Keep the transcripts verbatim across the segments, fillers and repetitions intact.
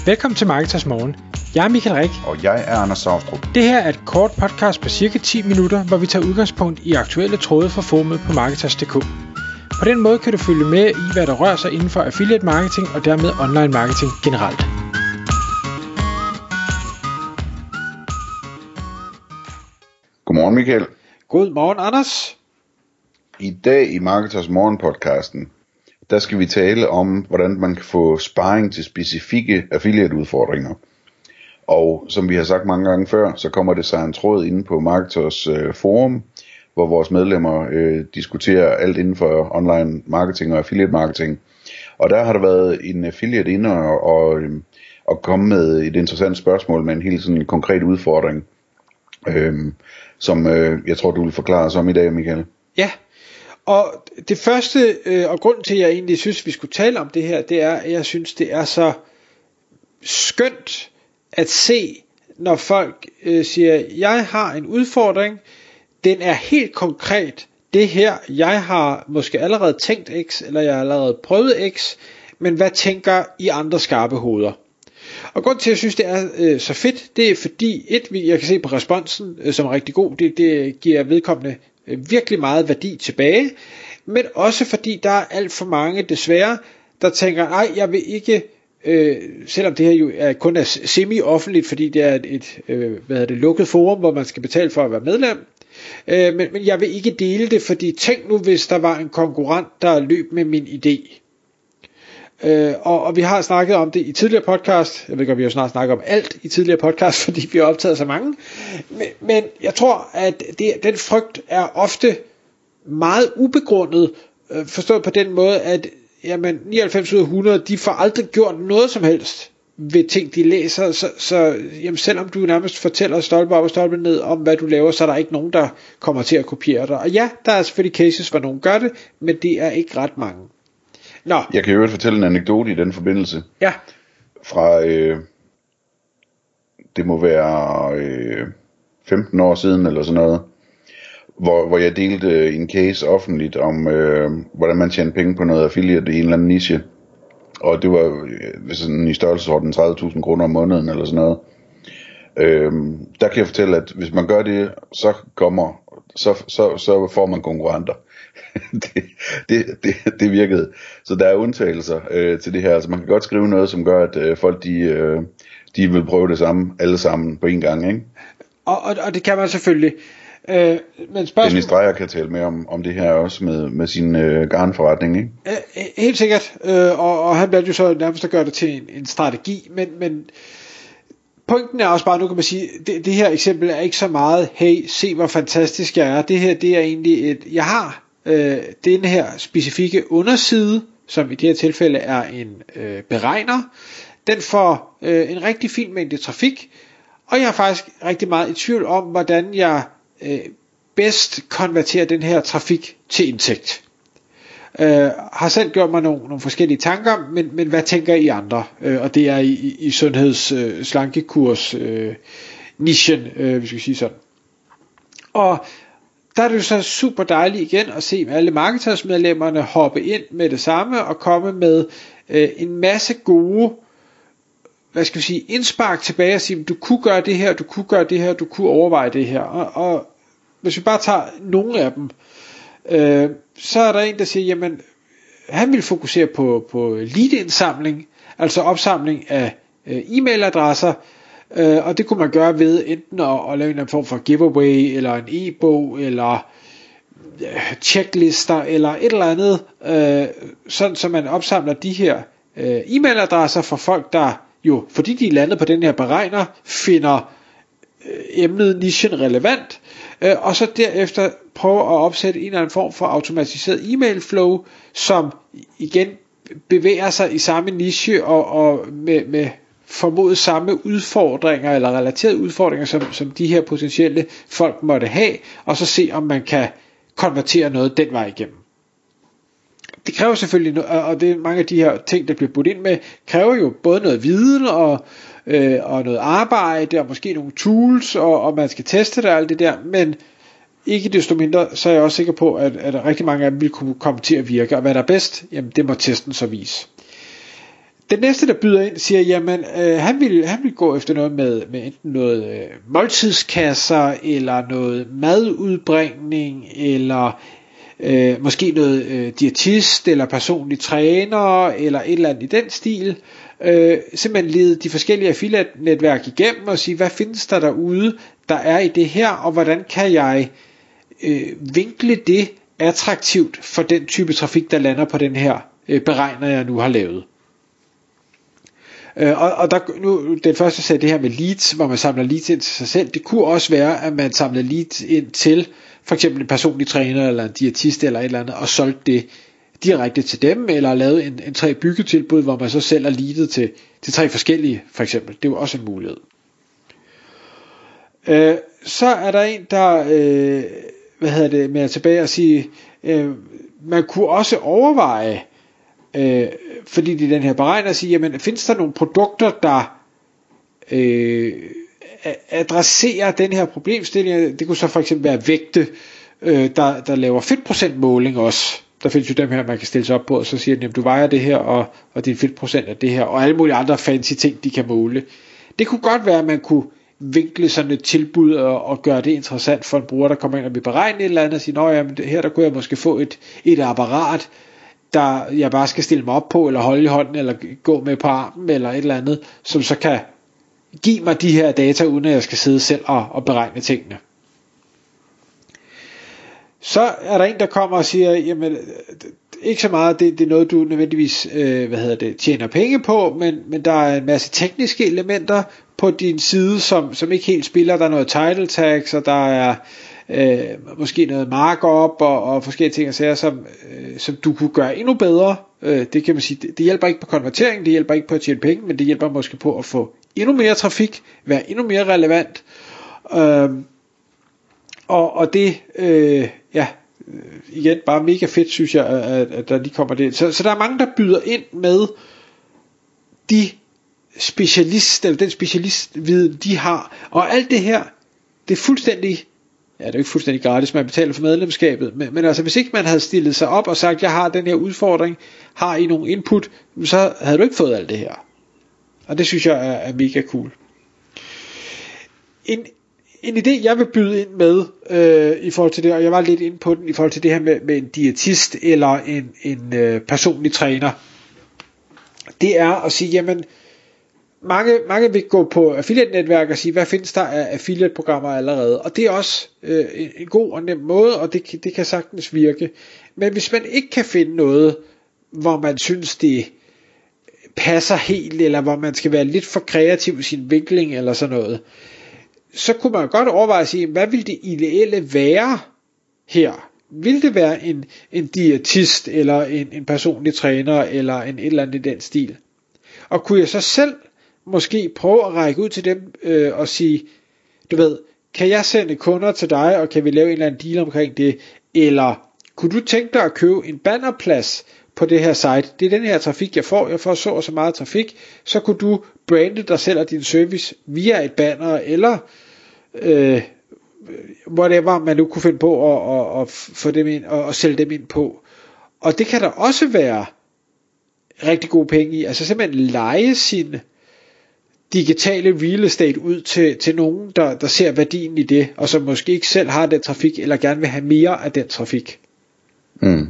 Velkommen til Marketers Morgen. Jeg er Michael Rik. Og jeg er Anders Saustrup. Det her er et kort podcast på cirka ti minutter, hvor vi tager udgangspunkt i aktuelle tråde fra forumet på Marketers punktum d k. På den måde kan du følge med i, hvad der rører sig inden for affiliate marketing og dermed online marketing generelt. Godmorgen Michael. Godmorgen Anders. I dag i Marketers Morgen podcasten, der skal vi tale om, hvordan man kan få sparring til specifikke affiliate udfordringer. Og som vi har sagt mange gange før, så kommer det sig en tråd inde på Marketers øh, forum, hvor vores medlemmer øh, diskuterer alt inden for online marketing og affiliate marketing. Og der har der været en affiliate inde og, og, og komme med et interessant spørgsmål med en helt sådan konkret udfordring, øh, som øh, jeg tror du vil forklare os om i dag, Michael. Ja, og det første, øh, og grunden til at jeg egentlig synes vi skulle tale om det her, det er at jeg synes det er så skønt at se, når folk øh, siger, jeg har en udfordring, den er helt konkret, det her, jeg har måske allerede tænkt X, eller jeg har allerede prøvet X, men hvad tænker I andre skarpe hoveder? Og grund til at jeg synes det er øh, så fedt, det er fordi, et, jeg kan se på responsen, øh, som er rigtig god, det, det giver vedkommende øh, virkelig meget værdi tilbage, men også fordi der er alt for mange desværre, der tænker, nej, jeg vil ikke, øh, selvom det her jo er, kun er semi-offentligt, fordi det er et, et øh, hvad hedder det, lukket forum, hvor man skal betale for at være medlem, øh, men, men jeg vil ikke dele det, fordi tænk nu, hvis der var en konkurrent, der løb med min idé. Øh, og, og vi har snakket om det i tidligere podcast. Jeg ved godt, vi har snart snakket om alt i tidligere podcast, fordi vi har optaget så mange. Men, men jeg tror, at det, den frygt er ofte meget ubegrundet, øh, forstået på den måde, at jamen, nioghalvfems ud af hundrede, de får aldrig gjort noget som helst ved ting, de læser. Så, så jamen, selvom du nærmest fortæller stolpe op og stolpe ned om, hvad du laver, så er der ikke nogen, der kommer til at kopiere dig. Og ja, der er selvfølgelig cases, hvor nogen gør det, men det er ikke ret mange. Nå. Jeg kan jo fortælle en anekdote i den forbindelse. Ja. Fra, øh, det må være øh, femten år siden eller sådan noget, hvor, hvor jeg delte en case offentligt om, øh, hvordan man tjener penge på noget affiliate i en eller anden niche. Og det var øh, sådan i størrelsesorden tredive tusind kroner om måneden eller sådan noget. Øh, der kan jeg fortælle, at hvis man gør det, så kommer, så, så, så får man konkurrenter. det, det, det, det virkede. Så der er undtagelser øh, til det her. Altså man kan godt skrive noget, som gør, at øh, folk de, øh, de vil prøve det samme, alle sammen på en gang, ikke? Og, og, og det kan man selvfølgelig. Øh, men spørgsmål... Dennis Dreyer kan tale mere om, om det her også med, med sin øh, garnforretning, ikke? Øh, helt sikkert. Øh, og, og han bliver jo så nærmest at gøre det til en, en strategi, men, men pointen er også bare, nu kan man sige, det, det her eksempel er ikke så meget, hey, se hvor fantastisk jeg er. Det her, det er egentlig et, jeg har øh, den her specifikke underside, som i det her tilfælde er en øh, beregner. Den får øh, en rigtig fin mængde trafik, og jeg er faktisk rigtig meget i tvivl om, hvordan jeg øh, bedst konverterer den her trafik til indtægt. Uh, har selv gjort mig nogle, nogle forskellige tanker, men, men hvad tænker I andre? Uh, og det er i, i, i sundheds uh, slankekurs uh, nichen, uh, hvis vi skal sige sådan. Og der er det jo så super dejligt igen at se alle marketersmedlemmerne hoppe ind med det samme og komme med uh, en masse gode, hvad skal vi sige, indspark tilbage og sige, du kunne gøre det her, du kunne gøre det her, du kunne overveje det her. Og, og hvis vi bare tager nogle af dem, Øh, så er der en, der siger, jamen, han vil fokusere på, på lead-indsamling, altså opsamling af øh, e-mailadresser, øh, og det kunne man gøre ved enten at, at lave en form for giveaway, eller en e-bog, eller øh, checklister, eller et eller andet, øh, sådan så man opsamler de her øh, e-mailadresser for folk, der jo, fordi de er landet på den her beregner, finder emnet nichen relevant, øh, og så derefter prøve at opsætte en eller anden form for automatiseret e-mail flow, som igen bevæger sig i samme niche og, og med, med formodet samme udfordringer eller relaterede udfordringer, som, som de her potentielle folk måtte have, og så se om man kan konvertere noget den vej igennem. Det kræver selvfølgelig, og det er mange af de her ting, der bliver budt ind med, kræver jo både noget viden og Øh, og noget arbejde, og måske nogle tools, og, og man skal teste det og alt det der, men ikke desto mindre, så er jeg også sikker på, at, at rigtig mange af dem vil kunne komme til at virke, og hvad der er bedst, jamen det må testen så vise. Den næste, der byder ind, siger, jamen, øh, han, vil, han vil gå efter noget med, med enten noget øh, måltidskasser, eller noget madudbringning, eller øh, måske noget øh, diætist, eller personlig træner, eller et eller andet i den stil. Øh, simpelthen lede de forskellige affiliate-netværk igennem, og sige, hvad findes der derude, der er i det her, og hvordan kan jeg øh, vinkle det attraktivt for den type trafik, der lander på den her øh, beregner, jeg nu har lavet. Øh, og, og der, nu, den første sagde det her med leads, hvor man samler leads ind til sig selv. Det kunne også være, at man samlede leads ind til for eksempel en personlig træner, eller en diætist, eller et eller andet, og solgte det direkte til dem, eller lavede en, en tre byggetilbud, hvor man så sælger leadet til, til tre forskellige, for eksempel. Det er jo også en mulighed. Øh, så er der en, der øh, hvad hedder det, med at tilbage og sige, øh, man kunne også overveje, Øh, fordi det er den her beregner at sige, jamen findes der nogle produkter, der øh, adresserer den her problemstilling? Det kunne så for eksempel være vægte, øh, der, der laver fedtprocentmåling også. Der findes jo dem her, man kan stille sig op på, og så siger den, jamen du vejer det her, og, og din fedtprocent er det her, og alle mulige andre fancy ting, de kan måle. Det kunne godt være, at man kunne vinkle sådan et tilbud og, og gøre det interessant for en bruger, der kommer ind og vil beregne et eller andet, og sige, nå jamen her der kunne jeg måske få et, et apparat, der jeg bare skal stille mig op på, eller holde i hånden, eller gå med på armen, eller et eller andet, som så kan give mig de her data, uden at jeg skal sidde selv og, og beregne tingene. Så er der en, der kommer og siger, jamen, ikke så meget, det, det er noget, du nødvendigvis øh, hvad hedder det, tjener penge på, men, men der er en masse tekniske elementer på din side, som, som ikke helt spiller. Der er noget title tags, og der er Øh, måske noget markup og, og forskellige ting og sager, som, øh, som du kunne gøre endnu bedre. øh, det kan man sige, det, det hjælper ikke på konvertering, det hjælper ikke på at tjene penge, men det hjælper måske på at få endnu mere trafik, være endnu mere relevant, øh, og, og det øh, ja, igen bare mega fedt, synes jeg, at, at der lige kommer det. Så, så der er mange, der byder ind med de specialist, eller den specialistviden de har, og alt det her, det er fuldstændig, ja, det er jo ikke fuldstændig gratis, man betaler for medlemskabet, men, men altså hvis ikke man havde stillet sig op og sagt, jeg har den her udfordring, har I nogle input, så havde du ikke fået alt det her. Og det synes jeg er, er mega cool. En, en idé jeg vil byde ind med øh, i forhold til det, og jeg var lidt inde på den i forhold til det her med, med en diætist eller en, en øh, personlig træner, det er at sige, jamen Mange, mange vil gå på affiliate-netværk og sige, hvad findes der af affiliate-programmer allerede? Og det er også øh, en, en god og nem måde, og det, det kan sagtens virke. Men hvis man ikke kan finde noget, hvor man synes, det passer helt, eller hvor man skal være lidt for kreativ i sin vinkling, eller sådan noget, så kunne man godt overveje at sige, hvad vil det ideelle være her? Vil det være en, en diætist, eller en, en personlig træner, eller en et eller andet i den stil? Og kunne jeg så selv måske prøve at række ud til dem øh, og sige, du ved, kan jeg sende kunder til dig, og kan vi lave en eller anden deal omkring det, eller kunne du tænke dig at købe en bannerplads på det her site, det er den her trafik jeg får, jeg får så og så meget trafik, så kunne du brande dig selv og din service via et banner, eller øh, whatever man nu kunne finde på at, og, og få dem ind, og, og sælge dem ind på. Og det kan der også være rigtig gode penge i, altså simpelthen leje sin digitale real estate ud til, til nogen, der, der ser værdien i det, og som måske ikke selv har den trafik, eller gerne vil have mere af den trafik. Mm.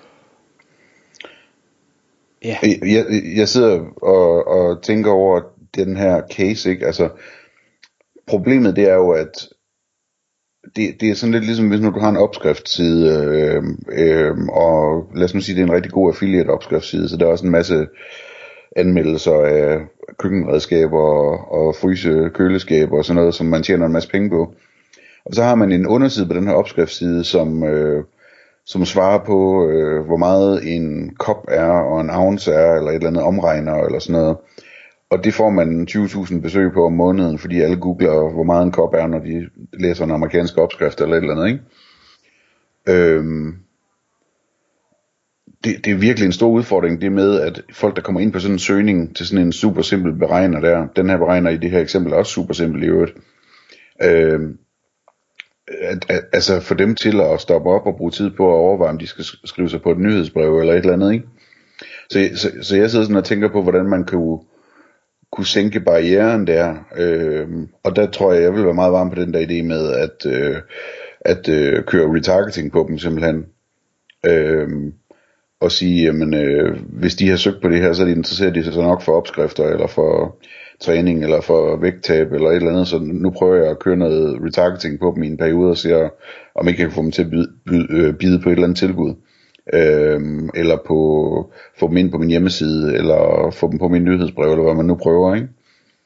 Ja. Jeg, jeg sidder og, og tænker over den her case, ikke? Altså, problemet det er jo, at det, det er sådan lidt ligesom, hvis nu du har en opskriftsside, øh, øh, og lad os nu sige, det er en rigtig god affiliate opskriftsside, så der er også en masse anmeldelser af køkkenredskaber og, og fryse køleskaber og sådan noget, som man tjener en masse penge på. Og så har man en underside på den her opskriftsside, som, øh, som svarer på, øh, hvor meget en kop er, og en ounce er, eller et eller andet omregner, eller sådan noget. Og det får man tyve tusind besøg på om måneden, fordi alle googler, hvor meget en kop er, når de læser en amerikansk opskrift, eller et eller andet, ikke? Øhm, det, det er virkelig en stor udfordring, det med, at folk, der kommer ind på sådan en søgning til sådan en super simpel beregner der, den her beregner i det her eksempel er også super simpel i øvrigt, øhm, at, at, altså for dem til at stoppe op og bruge tid på at overveje, om de skal skrive sig på et nyhedsbrev eller et eller andet, ikke? Så, så, så jeg sidder sådan og tænker på, hvordan man kunne, kunne sænke barrieren der. Øh, og der tror jeg, jeg vil være meget varm på den der idé med, at, øh, at øh, køre retargeting på dem simpelthen. Øh, og sige, jamen, øh, hvis de har søgt på det her, så er de interesseret i sig nok for opskrifter, eller for træning, eller for vægttab, eller et eller andet, så nu prøver jeg at køre noget retargeting på dem i en periode, og se, om jeg kan få dem til at byde, byde, bide på et eller andet tilbud, øh, eller på, få dem ind på min hjemmeside, eller få dem på min nyhedsbrev, eller hvad man nu prøver, ikke?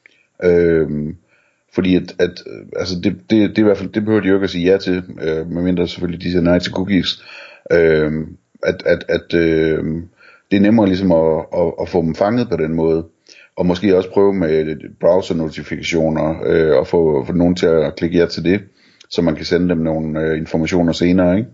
Øh, fordi at, at altså det, det, det, er i hvert fald, det behøver de jo ikke at sige ja til, øh, medmindre selvfølgelig de siger nej til cookies, øh, at, at, at øh, det er nemmere ligesom at, at, at få dem fanget på den måde, og måske også prøve med browser notifikationer, øh, og få, få nogen til at klikke ja til det, så man kan sende dem nogle øh, informationer senere, ikke?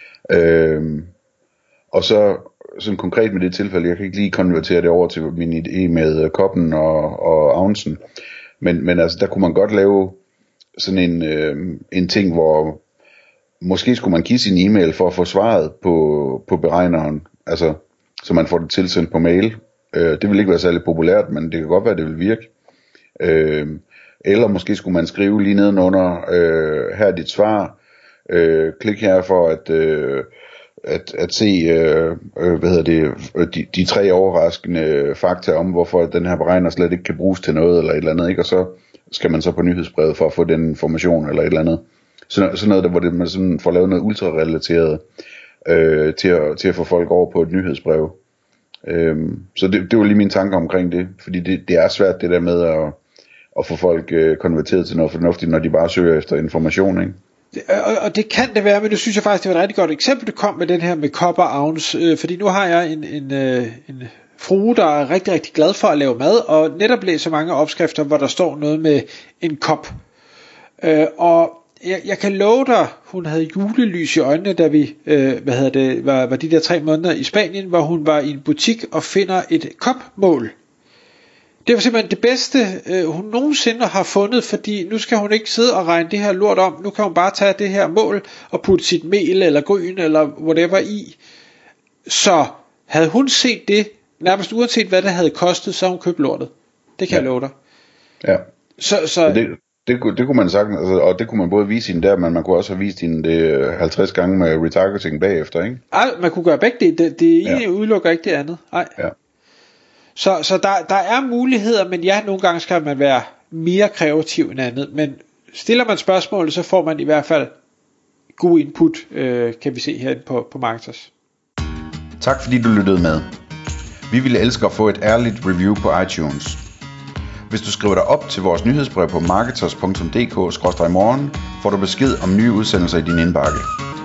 Øh, og så sådan konkret med det tilfælde, jeg kan ikke lige konvertere det over til min idé med Koppen og, og Avnsen, men, men altså der kunne man godt lave sådan en, øh, en ting, hvor måske skulle man give sin e-mail for at få svaret på, på beregneren, altså så man får det tilsendt på mail. Øh, det vil ikke være særlig populært, men det kan godt være, det vil virke. Øh, eller måske skulle man skrive lige nedenunder, øh, her er dit svar, øh, klik her for at, øh, at, at se øh, hvad hedder det, de, de tre overraskende fakta om, hvorfor den her beregner slet ikke kan bruges til noget, eller et eller andet, ikke? Og så skal man så på nyhedsbrevet for at få den information, eller et eller andet. Så, sådan noget der, hvor det, man sådan får lavet noget ultrarelateret øh, til, at, til at få folk over på et nyhedsbrev. Øhm, så det, det var lige mine tanker omkring det, fordi det, det er svært det der med at, at få folk øh, konverteret til noget fornuftigt, når de bare søger efter information, ikke? Det, og, og det kan det være, men det synes jeg faktisk, det var et rigtig godt eksempel, du kom med den her med Koppen og Avns, øh, fordi nu har jeg en, en, øh, en frue, der er rigtig, rigtig glad for at lave mad, og netop læser mange opskrifter, hvor der står noget med en kop. Øh, og jeg, jeg kan love dig, hun havde julelys i øjnene, da vi øh, hvad hedder det, var, var de der tre måneder i Spanien, hvor hun var i en butik og finder et kopmål. Det var simpelthen det bedste, øh, hun nogensinde har fundet, fordi nu skal hun ikke sidde og regne det her lort om. Nu kan hun bare tage det her mål og putte sit mel eller gryn eller whatever i. Så havde hun set det, nærmest uanset hvad det havde kostet, så havde hun købt lortet. Det kan ja. jeg love dig. Ja. Så, så det, det, det kunne man sagtens, altså, og det kunne man både vise hende der, men man kunne også have vist hende det halvtreds gange med retargeting bagefter, ikke? Ej, man kunne gøre begge det. Det, det ene ja. udelukker ikke det andet. Ej. Ja. Så, så der, der er muligheder, men ja, nogle gange skal man være mere kreativ end andet. Men stiller man spørgsmål, så får man i hvert fald god input, øh, kan vi se herinde på, på Marketers. Tak fordi du lyttede med. Vi ville elske at få et ærligt review på iTunes. Hvis du skriver dig op til vores nyhedsbrev på marketers punktum d k skråstreg morgen, får du besked om nye udsendelser i din indbakke.